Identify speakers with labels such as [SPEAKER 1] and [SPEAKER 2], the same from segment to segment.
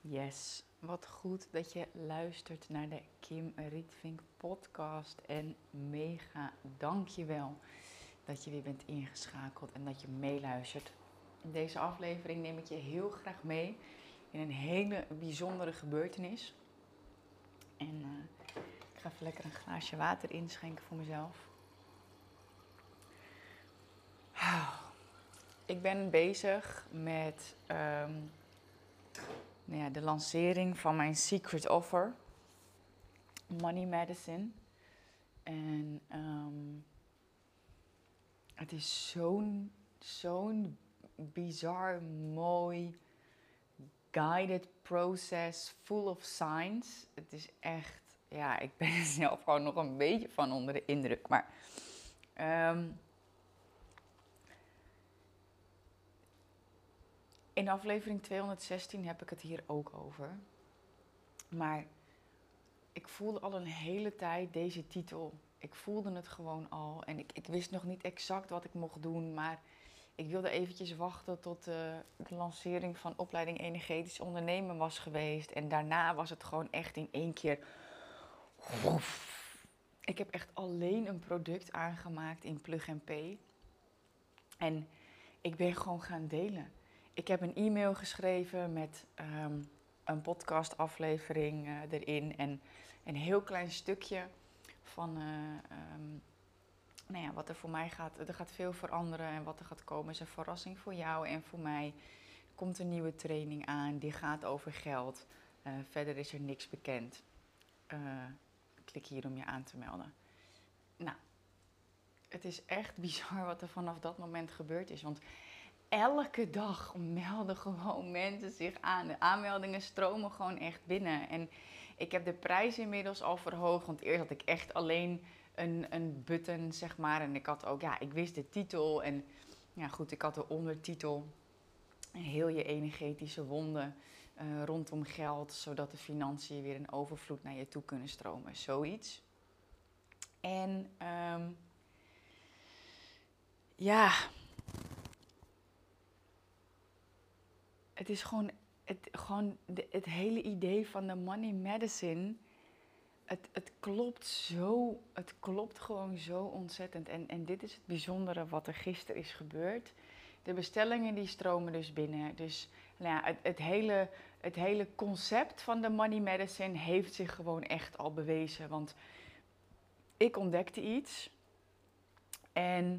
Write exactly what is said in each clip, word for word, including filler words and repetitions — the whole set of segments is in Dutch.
[SPEAKER 1] Yes, wat goed dat je luistert naar de Kim Rietvink podcast. En mega dankjewel dat je weer bent ingeschakeld en dat je meeluistert. In deze aflevering neem ik je heel graag mee in een hele bijzondere gebeurtenis. En uh, ik ga even lekker een glaasje water inschenken voor mezelf. Ik ben bezig met um, nou ja, de lancering van mijn secret offer, Money Medicine. En um, het is zo'n, zo'n bizar, mooi, guided process, full of science. Het is echt, ja, ik ben er zelf gewoon nog een beetje van onder de indruk. Maar um, in aflevering tweehonderdzestien heb ik het hier ook over. Maar ik voelde al een hele tijd deze titel. Ik voelde het gewoon al. En ik, ik wist nog niet exact wat ik mocht doen. Maar ik wilde eventjes wachten tot de, de lancering van opleiding Energetisch Ondernemen was geweest. En daarna was het gewoon echt in één keer... Woef. Ik heb echt alleen een product aangemaakt in Plug and Pay. En ik ben gewoon gaan delen. Ik heb een e-mail geschreven met um, een podcastaflevering uh, erin. En een heel klein stukje van uh, um, nou ja, wat er voor mij gaat. Er gaat veel veranderen en wat er gaat komen is een verrassing voor jou en voor mij. Er komt een nieuwe training aan, die gaat over geld. Uh, verder is er niks bekend. Uh, klik hier om je aan te melden. Nou, het is echt bizar wat er vanaf dat moment gebeurd is. Want elke dag melden gewoon mensen zich aan. De aanmeldingen stromen gewoon echt binnen. En ik heb de prijs inmiddels al verhoogd. Want eerst had ik echt alleen een, een button, zeg maar. En ik had ook, ja, ik wist de titel. En ja, goed, ik had de ondertitel. Heel je energetische wonden uh, rondom geld. Zodat de financiën weer in overvloed naar je toe kunnen stromen. Zoiets. En um, ja... Het is gewoon, het, gewoon de, het hele idee van de Money Medicine. Het, het klopt zo, het klopt gewoon zo ontzettend. En, en dit is het bijzondere wat er gisteren is gebeurd. De bestellingen die stromen dus binnen. Dus nou ja, het, het, hele, het hele concept van de Money Medicine heeft zich gewoon echt al bewezen. Want ik ontdekte iets en...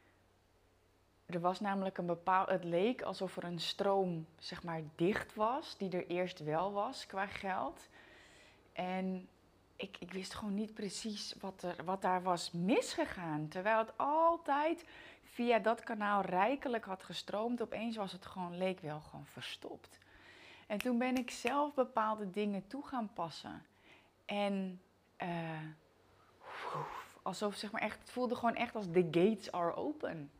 [SPEAKER 1] Er was namelijk een bepaald... Het leek alsof er een stroom, zeg maar, dicht was, die er eerst wel was qua geld. En ik, ik wist gewoon niet precies wat, er, wat daar was misgegaan. Terwijl het altijd via dat kanaal rijkelijk had gestroomd. Opeens was het gewoon, leek wel gewoon verstopt. En toen ben ik zelf bepaalde dingen toe gaan passen. En uh, alsof, zeg maar, echt, het voelde gewoon echt als the gates are open.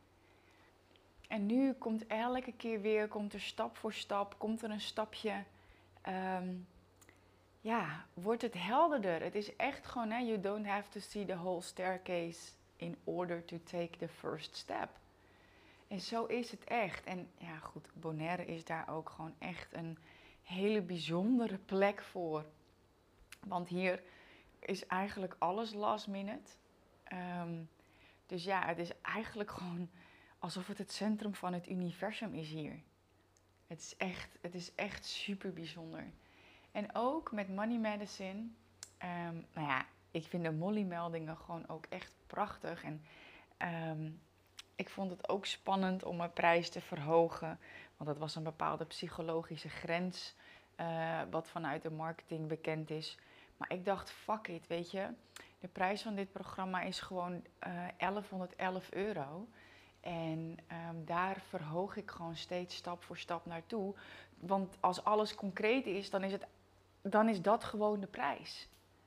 [SPEAKER 1] En nu komt elke keer weer, komt er stap voor stap, komt er een stapje, um, ja, wordt het helderder. Het is echt gewoon, hè, you don't have to see the whole staircase in order to take the first step. En zo is het echt. En ja, goed, Bonaire is daar ook gewoon echt een hele bijzondere plek voor. Want hier is eigenlijk alles last minute. Um, dus ja, het is eigenlijk gewoon... alsof het het centrum van het universum is hier. Het is echt, het is echt super bijzonder. En ook met Money Medicine. Um, nou ja, ik vind de Molly-meldingen gewoon ook echt prachtig. En um, ik vond het ook spannend om mijn prijs te verhogen. Want dat was een bepaalde psychologische grens. Uh, wat vanuit de marketing bekend is. Maar ik dacht, fuck it, weet je. De prijs van dit programma is gewoon uh, elfhonderdelf euro. En um, daar verhoog ik gewoon steeds stap voor stap naartoe. Want als alles concreet is, dan is, het, dan is dat gewoon de prijs.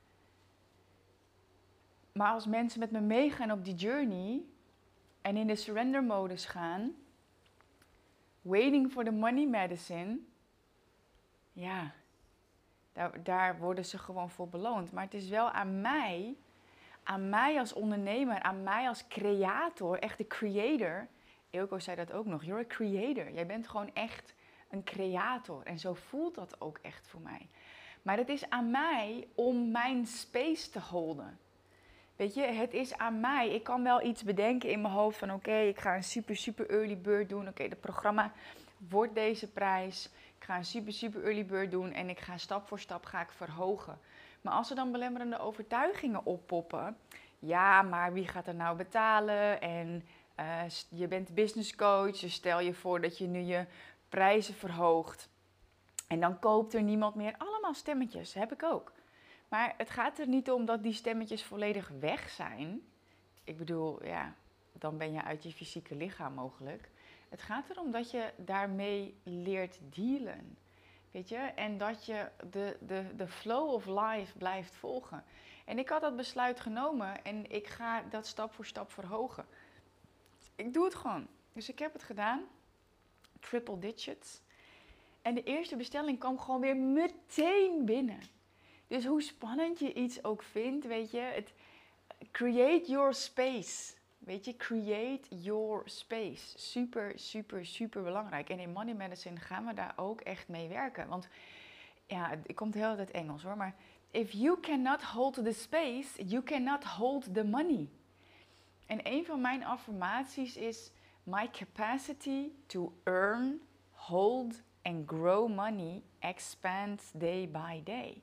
[SPEAKER 1] Maar als mensen met me meegaan op die journey en in de surrender modus gaan, waiting for the money medicine, ja, daar, daar worden ze gewoon voor beloond. Maar het is wel aan mij, aan mij als ondernemer, aan mij als creator, echt de creator. Eelco zei dat ook nog, you're a creator. Jij bent gewoon echt een creator. En zo voelt dat ook echt voor mij. Maar het is aan mij om mijn space te holden. Weet je, het is aan mij. Ik kan wel iets bedenken in mijn hoofd van oké, okay, ik ga een super, super early bird doen. Oké, okay, het programma wordt deze prijs. Ik ga een super, super early bird doen en ik ga stap voor stap ga ik verhogen. Maar als er dan belemmerende overtuigingen oppoppen. Ja, maar wie gaat er nou betalen? En uh, je bent business coach, dus stel je voor dat je nu je prijzen verhoogt. En dan koopt er niemand meer. Allemaal stemmetjes, heb ik ook. Maar het gaat er niet om dat die stemmetjes volledig weg zijn. Ik bedoel, ja, dan ben je uit je fysieke lichaam mogelijk. Het gaat erom dat je daarmee leert dealen. Weet je? En dat je de, de, de flow of life blijft volgen. En ik had dat besluit genomen en ik ga dat stap voor stap verhogen. Ik doe het gewoon. Dus ik heb het gedaan. Triple digits. En de eerste bestelling kwam gewoon weer meteen binnen. Dus hoe spannend je iets ook vindt, weet je, het, create your space. Weet je, create your space. Super, super, super belangrijk. En in Money Medicine gaan we daar ook echt mee werken. Want ja, het komt heel uit het Engels hoor, maar if you cannot hold the space, you cannot hold the money. En een van mijn affirmaties is, my capacity to earn, hold and grow money expands day by day.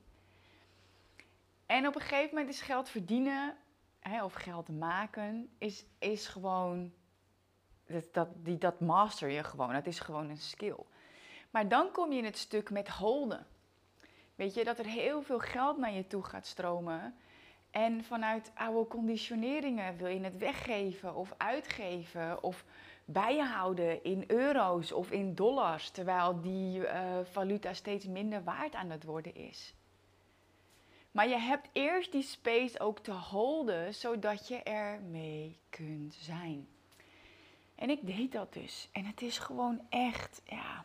[SPEAKER 1] En op een gegeven moment is geld verdienen, hè, of geld maken, is, is gewoon, dat, dat, die, dat master je gewoon, dat is gewoon een skill. Maar dan kom je in het stuk met holden. Weet je, dat er heel veel geld naar je toe gaat stromen. En vanuit oude conditioneringen wil je het weggeven of uitgeven of bijhouden in euro's of in dollars. Terwijl die uh, valuta steeds minder waard aan het worden is. Maar je hebt eerst die space ook te holden, zodat je ermee kunt zijn. En ik deed dat dus. En het is gewoon echt, ja...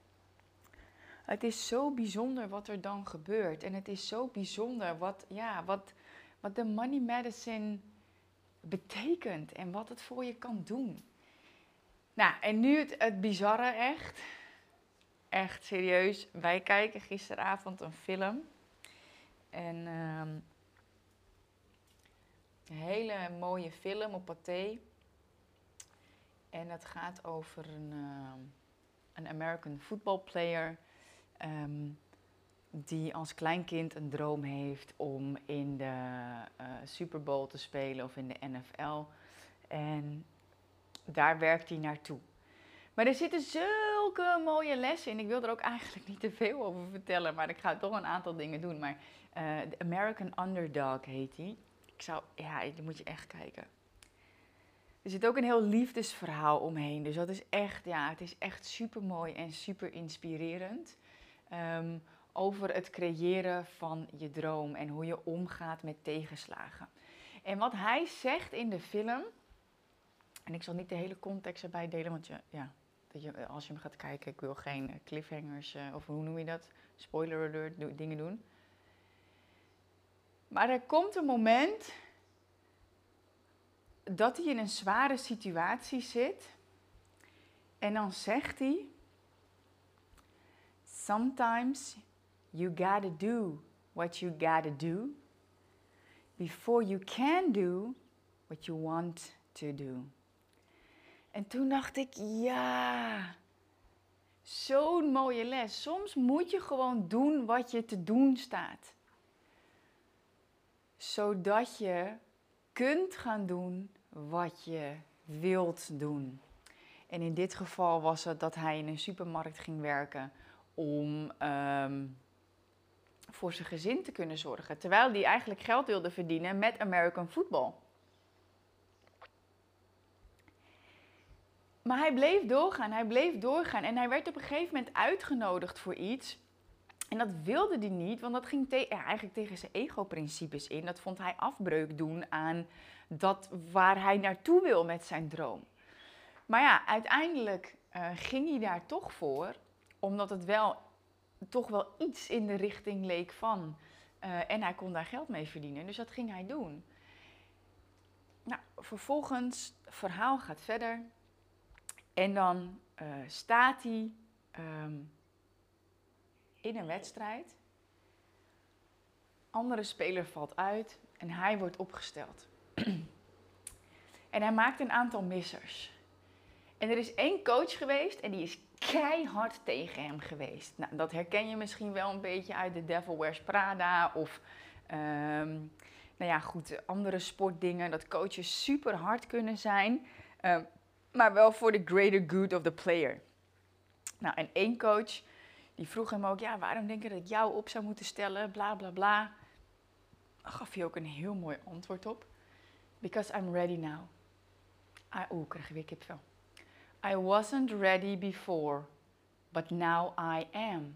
[SPEAKER 1] Het is zo bijzonder wat er dan gebeurt. En het is zo bijzonder wat, ja, wat, wat de Money Medicine betekent. En wat het voor je kan doen. Nou, en nu het, het bizarre echt. Echt serieus. Wij kijken gisteravond een film. En um, een hele mooie film op Pathé. En dat gaat over een, uh, een American football player. Um, die als kleinkind een droom heeft om in de uh, Super Bowl te spelen of in de N F L. En daar werkt hij naartoe. Maar er zitten zulke mooie lessen in. Ik wil er ook eigenlijk niet te veel over vertellen, maar ik ga toch een aantal dingen doen. Maar uh, The American Underdog heet hij. Ik zou, ja, die moet je echt kijken. Er zit ook een heel liefdesverhaal omheen. Dus dat is echt, ja, het is echt super mooi en super inspirerend. Um, over het creëren van je droom en hoe je omgaat met tegenslagen. En wat hij zegt in de film, en ik zal niet de hele context erbij delen, want je, ja, dat je, als je hem gaat kijken, ik wil geen cliffhangers, uh, of hoe noem je dat, spoiler alert, do, dingen doen. Maar er komt een moment dat hij in een zware situatie zit en dan zegt hij, sometimes you gotta do what you gotta do before you can do what you want to do. En toen dacht ik, ja, zo'n mooie les. Soms moet je gewoon doen wat je te doen staat. Zodat je kunt gaan doen wat je wilt doen. En in dit geval was het dat hij in een supermarkt ging werken om um, voor zijn gezin te kunnen zorgen. Terwijl hij eigenlijk geld wilde verdienen met American football. Maar hij bleef doorgaan, hij bleef doorgaan. En hij werd op een gegeven moment uitgenodigd voor iets. En dat wilde hij niet, want dat ging te- ja, eigenlijk tegen zijn ego-principes in. Dat vond hij afbreuk doen aan dat waar hij naartoe wil met zijn droom. Maar ja, uiteindelijk uh, ging hij daar toch voor, omdat het wel toch wel iets in de richting leek van. Uh, en hij kon daar geld mee verdienen, dus dat ging hij doen. Nou, vervolgens, het verhaal gaat verder. En dan uh, staat hij um, in een wedstrijd. Andere speler valt uit en hij wordt opgesteld. En hij maakt een aantal missers. En er is één coach geweest en die is keihard tegen hem geweest. Nou, dat herken je misschien wel een beetje uit The Devil Wears Prada of um, nou ja, goed, andere sportdingen. Dat coaches super hard kunnen zijn, um, maar wel voor the greater good of the player. Nou, en één coach die vroeg hem ook, ja, waarom denk je dat ik jou op zou moeten stellen, bla bla bla. Daar gaf hij ook een heel mooi antwoord op. Because I'm ready now. Ah, Oeh, krijg je weer kipvel. I wasn't ready before, but now I am.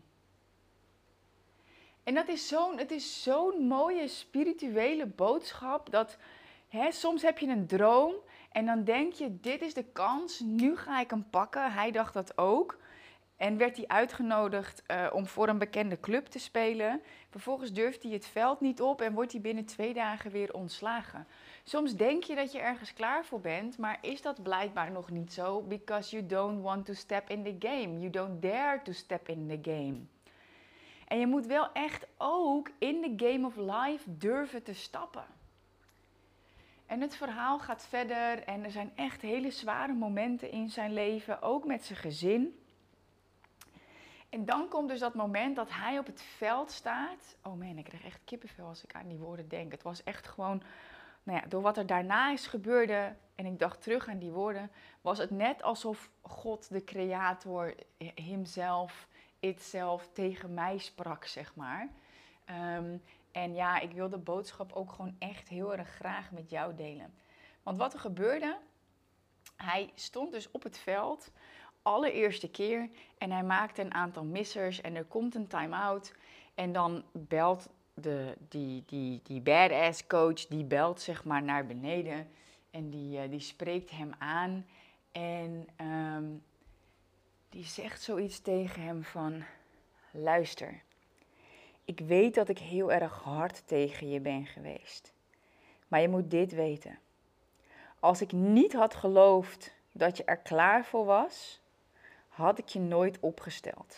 [SPEAKER 1] En dat is zo'n, het is zo'n mooie spirituele boodschap dat hè, soms heb je een droom en dan denk je, dit is de kans, nu ga ik hem pakken. Hij dacht dat ook. En werd hij uitgenodigd uh, om voor een bekende club te spelen. Vervolgens durft hij het veld niet op en wordt hij binnen twee dagen weer ontslagen. Soms denk je dat je ergens klaar voor bent, maar is dat blijkbaar nog niet zo? Because you don't want to step in the game. You don't dare to step in the game. En je moet wel echt ook in de game of life durven te stappen. En het verhaal gaat verder en er zijn echt hele zware momenten in zijn leven, ook met zijn gezin. En dan komt dus dat moment dat hij op het veld staat. Oh man, ik krijg echt kippenvel als ik aan die woorden denk. Het was echt gewoon, nou ja, door wat er daarna is gebeurde en ik dacht terug aan die woorden, was het net alsof God, de creator, himself, itself tegen mij sprak, zeg maar. Um, en ja, ik wil de boodschap ook gewoon echt heel erg graag met jou delen. Want wat er gebeurde, hij stond dus op het veld, allereerste keer, en hij maakte een aantal missers en er komt een time-out. En dan belt de, die, die, die badass coach, die belt zeg maar naar beneden en die, uh, die spreekt hem aan. En um, die zegt zoiets tegen hem van, luister, ik weet dat ik heel erg hard tegen je ben geweest. Maar je moet dit weten. Als ik niet had geloofd dat je er klaar voor was, had ik je nooit opgesteld.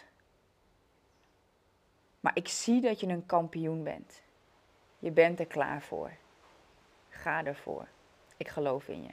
[SPEAKER 1] Maar ik zie dat je een kampioen bent. Je bent er klaar voor. Ga ervoor. Ik geloof in je.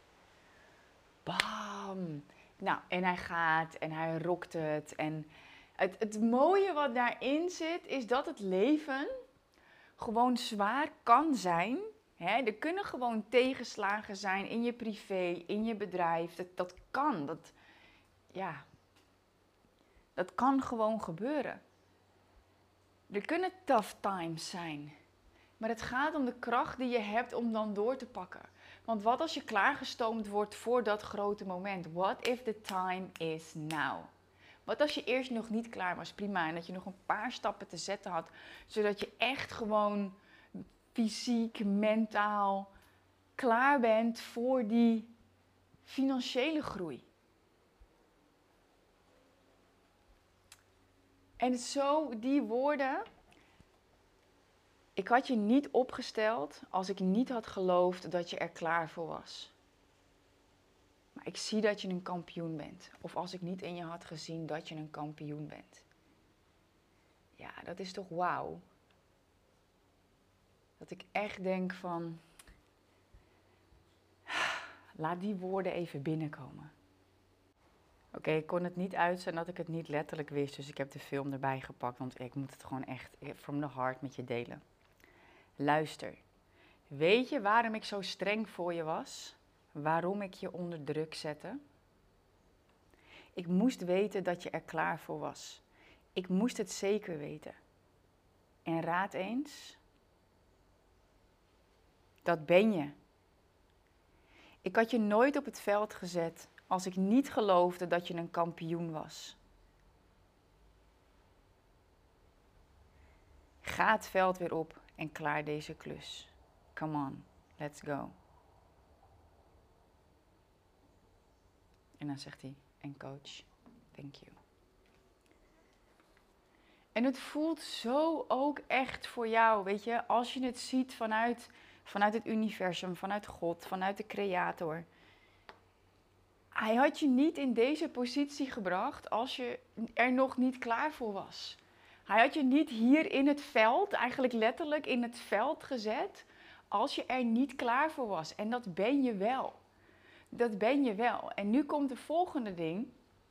[SPEAKER 1] Bam! Nou, en hij gaat en hij rokt het. En het, het mooie wat daarin zit, is dat het leven gewoon zwaar kan zijn. Hè? Er kunnen gewoon tegenslagen zijn in je privé, in je bedrijf. Dat, dat kan. Dat, ja, dat kan gewoon gebeuren. Er kunnen tough times zijn. Maar het gaat om de kracht die je hebt om dan door te pakken. Want wat als je klaargestoomd wordt voor dat grote moment? What if the time is now? Wat als je eerst nog niet klaar was? Prima. En dat je nog een paar stappen te zetten had. Zodat je echt gewoon fysiek, mentaal klaar bent voor die financiële groei. En zo die woorden. Ik had je niet opgesteld als ik niet had geloofd dat je er klaar voor was. Maar ik zie dat je een kampioen bent. Of als ik niet in je had gezien dat je een kampioen bent. Ja, dat is toch wauw. Dat ik echt denk van, laat die woorden even binnenkomen. Oké, okay, ik kon het niet uitstaan dat ik het niet letterlijk wist. Dus ik heb de film erbij gepakt. Want ik moet het gewoon echt from the heart met je delen. Luister. Weet je waarom ik zo streng voor je was? Waarom ik je onder druk zette? Ik moest weten dat je er klaar voor was. Ik moest het zeker weten. En raad eens. Dat ben je. Ik had je nooit op het veld gezet als ik niet geloofde dat je een kampioen was. Ga het veld weer op en klaar deze klus. Come on, let's go. En dan zegt hij, en coach, thank you. En het voelt zo ook echt voor jou, weet je, als je het ziet vanuit, vanuit het universum, vanuit God, vanuit de creator. hij had je niet in deze positie gebracht als je er nog niet klaar voor was. Hij had je niet hier in het veld, eigenlijk letterlijk in het veld gezet, als je er niet klaar voor was. En dat ben je wel. Dat ben je wel. En nu komt de volgende ding.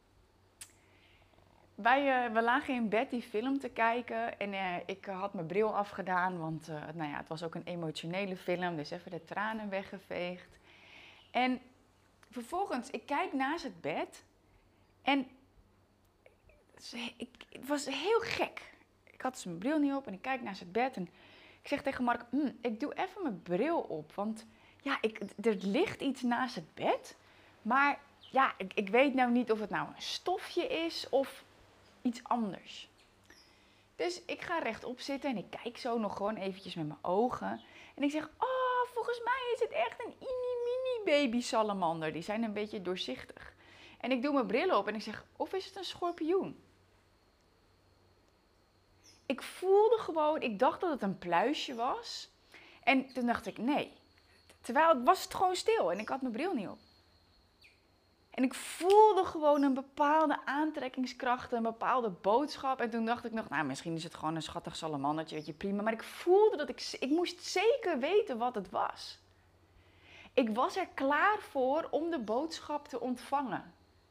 [SPEAKER 1] Wij, uh, we lagen in bed die film te kijken en uh, ik had mijn bril afgedaan, want uh, nou ja, het was ook een emotionele film, dus even de tranen weggeveegd. En vervolgens, ik kijk naast het bed en ik, het was heel gek. Ik had dus mijn bril niet op en ik kijk naast het bed en ik zeg tegen Mark, hm, ik doe even mijn bril op, want ja, ik, er ligt iets naast het bed, maar ja, ik, ik weet nou niet of het nou een stofje is of iets anders. Dus ik ga rechtop zitten en ik kijk zo nog gewoon eventjes met mijn ogen. En ik zeg, oh, volgens mij is het echt een mini-mini baby salamander. Die zijn een beetje doorzichtig. En ik doe mijn bril op en ik zeg, of is het een schorpioen? Ik voelde gewoon, ik dacht dat het een pluisje was. En toen dacht ik, nee. Terwijl het was het gewoon stil en ik had mijn bril niet op. En ik voelde gewoon een bepaalde aantrekkingskracht, een bepaalde boodschap. En toen dacht ik nog, nou misschien is het gewoon een schattig salamandertje, weet je, prima. Maar ik voelde dat ik, ik moest zeker weten wat het was. Ik was er klaar voor om de boodschap te ontvangen.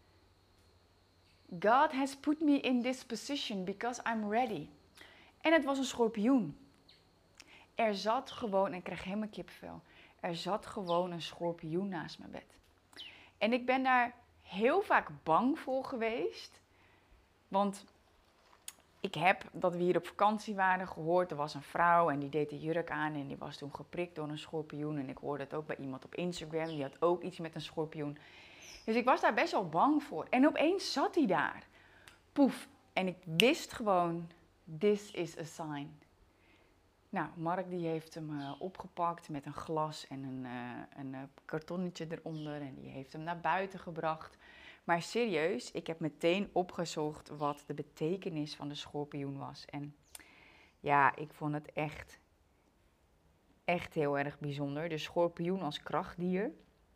[SPEAKER 1] God has put me in this position because I'm ready. En het was een schorpioen. Er zat gewoon, en ik kreeg helemaal kippenvel, er zat gewoon een schorpioen naast mijn bed. En ik ben daar heel vaak bang voor geweest. Want ik heb, dat we hier op vakantie waren, gehoord, er was een vrouw en die deed de jurk aan en die was toen geprikt door een schorpioen. En ik hoorde het ook bij iemand op Instagram, die had ook iets met een schorpioen. Dus ik was daar best wel bang voor. En opeens zat hij daar. Poef. En ik wist gewoon, this is a sign. Nou, Mark die heeft hem uh, opgepakt met een glas en een, uh, een uh, kartonnetje eronder en die heeft hem naar buiten gebracht. Maar serieus, ik heb meteen opgezocht wat de betekenis van de schorpioen was. En ja, ik vond het echt, echt heel erg bijzonder. De schorpioen als krachtdier.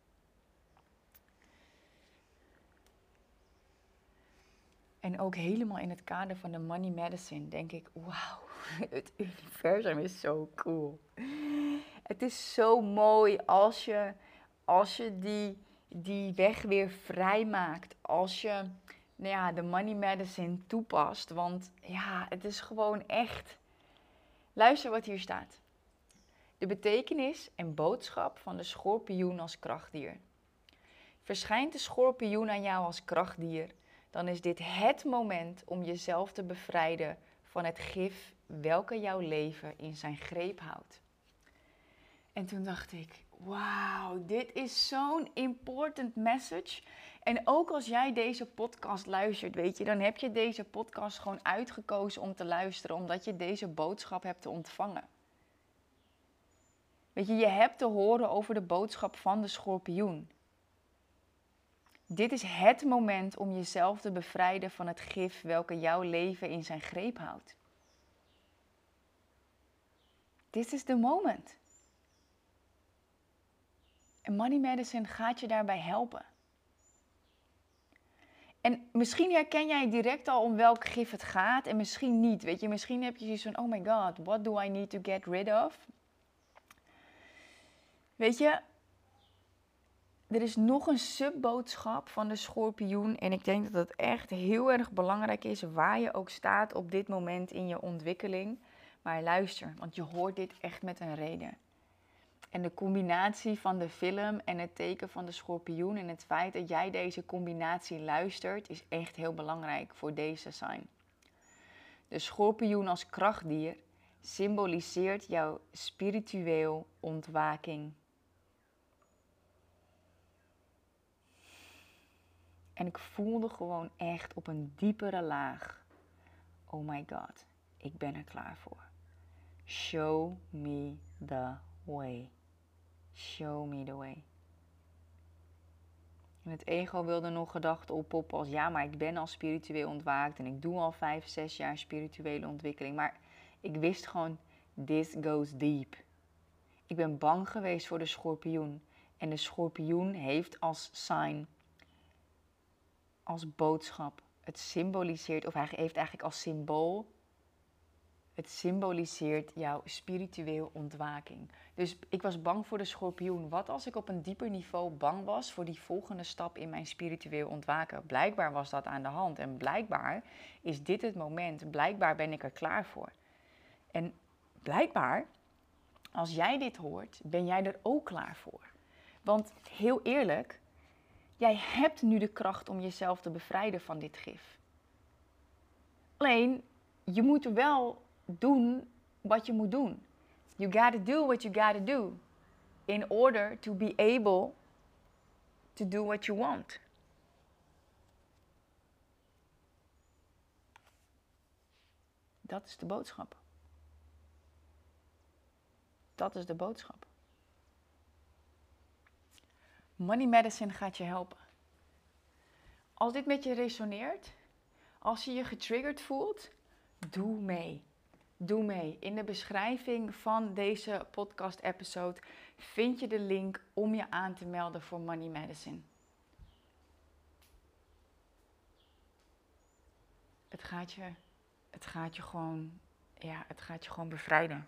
[SPEAKER 1] En ook helemaal in het kader van de money medicine denk ik, wauw, het universum is zo cool. Het is zo mooi als je, als je die, die weg weer vrijmaakt. Als je nou ja, de money medicine toepast. Want ja, het is gewoon echt. Luister wat hier staat. De betekenis en boodschap van de schorpioen als krachtdier. Verschijnt de schorpioen aan jou als krachtdier, dan is dit het moment om jezelf te bevrijden van het gif welke jouw leven in zijn greep houdt. En toen dacht ik, wauw, dit is zo'n important message. En ook als jij deze podcast luistert, weet je, dan heb je deze podcast gewoon uitgekozen om te luisteren, omdat je deze boodschap hebt te ontvangen. Weet je, je hebt te horen over de boodschap van de schorpioen. Dit is het moment om jezelf te bevrijden van het gif welke jouw leven in zijn greep houdt. This is the moment. En money medicine gaat je daarbij helpen. En misschien herken jij direct al om welk gif het gaat en misschien niet. Weet je, misschien heb je zoiets van, oh my god, what do I need to get rid of? Weet je, er is nog een subboodschap van de schorpioen en ik denk dat het echt heel erg belangrijk is waar je ook staat op dit moment in je ontwikkeling. Maar luister, want je hoort dit echt met een reden. En de combinatie van de film en het teken van de schorpioen en het feit dat jij deze combinatie luistert is echt heel belangrijk voor deze sign. De schorpioen als krachtdier symboliseert jouw spiritueel ontwaking. En ik voelde gewoon echt op een diepere laag, oh my god, ik ben er klaar voor. Show me the way. Show me the way. En het ego wilde nog gedachten oppoppen als ja, maar ik ben al spiritueel ontwaakt en ik doe al vijf, zes jaar spirituele ontwikkeling. Maar ik wist gewoon, this goes deep. Ik ben bang geweest voor de schorpioen. En de schorpioen heeft als sign als boodschap. Het symboliseert, of hij heeft eigenlijk als symbool, het symboliseert jouw spiritueel ontwaking. Dus ik was bang voor de schorpioen. Wat als ik op een dieper niveau bang was voor die volgende stap in mijn spiritueel ontwaken? Blijkbaar was dat aan de hand. En blijkbaar is dit het moment. Blijkbaar ben ik er klaar voor. En blijkbaar, als jij dit hoort, ben jij er ook klaar voor. Want heel eerlijk, jij hebt nu de kracht om jezelf te bevrijden van dit gif. Alleen, je moet wel doen wat je moet doen. You gotta do what you gotta do in order to be able to do what you want. Dat is de boodschap. Dat is de boodschap. Money Medicine gaat je helpen. Als dit met je resoneert, als je je getriggerd voelt, doe mee. Doe mee. In de beschrijving van deze podcast-episode vind je de link om je aan te melden voor Money Medicine. Het gaat je, het gaat je gewoon, ja, het gaat je gewoon bevrijden.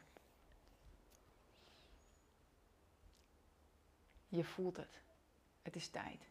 [SPEAKER 1] Je voelt het. Het is tijd.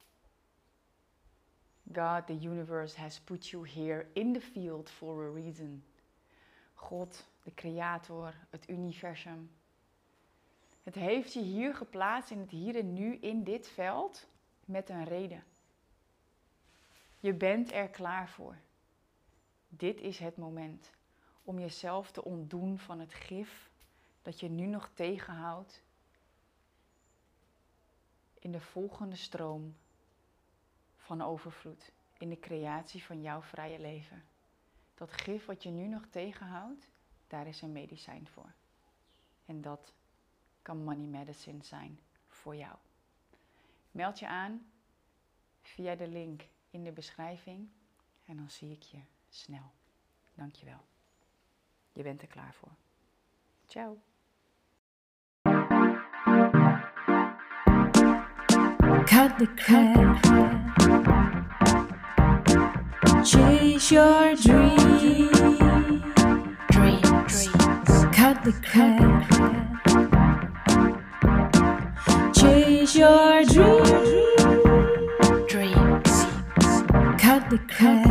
[SPEAKER 1] God, the universe has put you here in the field for a reason. God, de creator, het universum. Het heeft je hier geplaatst in het hier en nu in dit veld met een reden. Je bent er klaar voor. Dit is het moment om jezelf te ontdoen van het gif dat je nu nog tegenhoudt in de volgende stroom van overvloed, in de creatie van jouw vrije leven. Dat gif wat je nu nog tegenhoudt, daar is een medicijn voor. En dat kan Money Medicine zijn voor jou. Meld je aan via de link in de beschrijving en dan zie ik je snel. Dankjewel. Je bent er klaar voor. Ciao.
[SPEAKER 2] Cut the crap. Chase your dream. Dreams. Cut the crap. Chase your dream. Dreams. Cut the crap.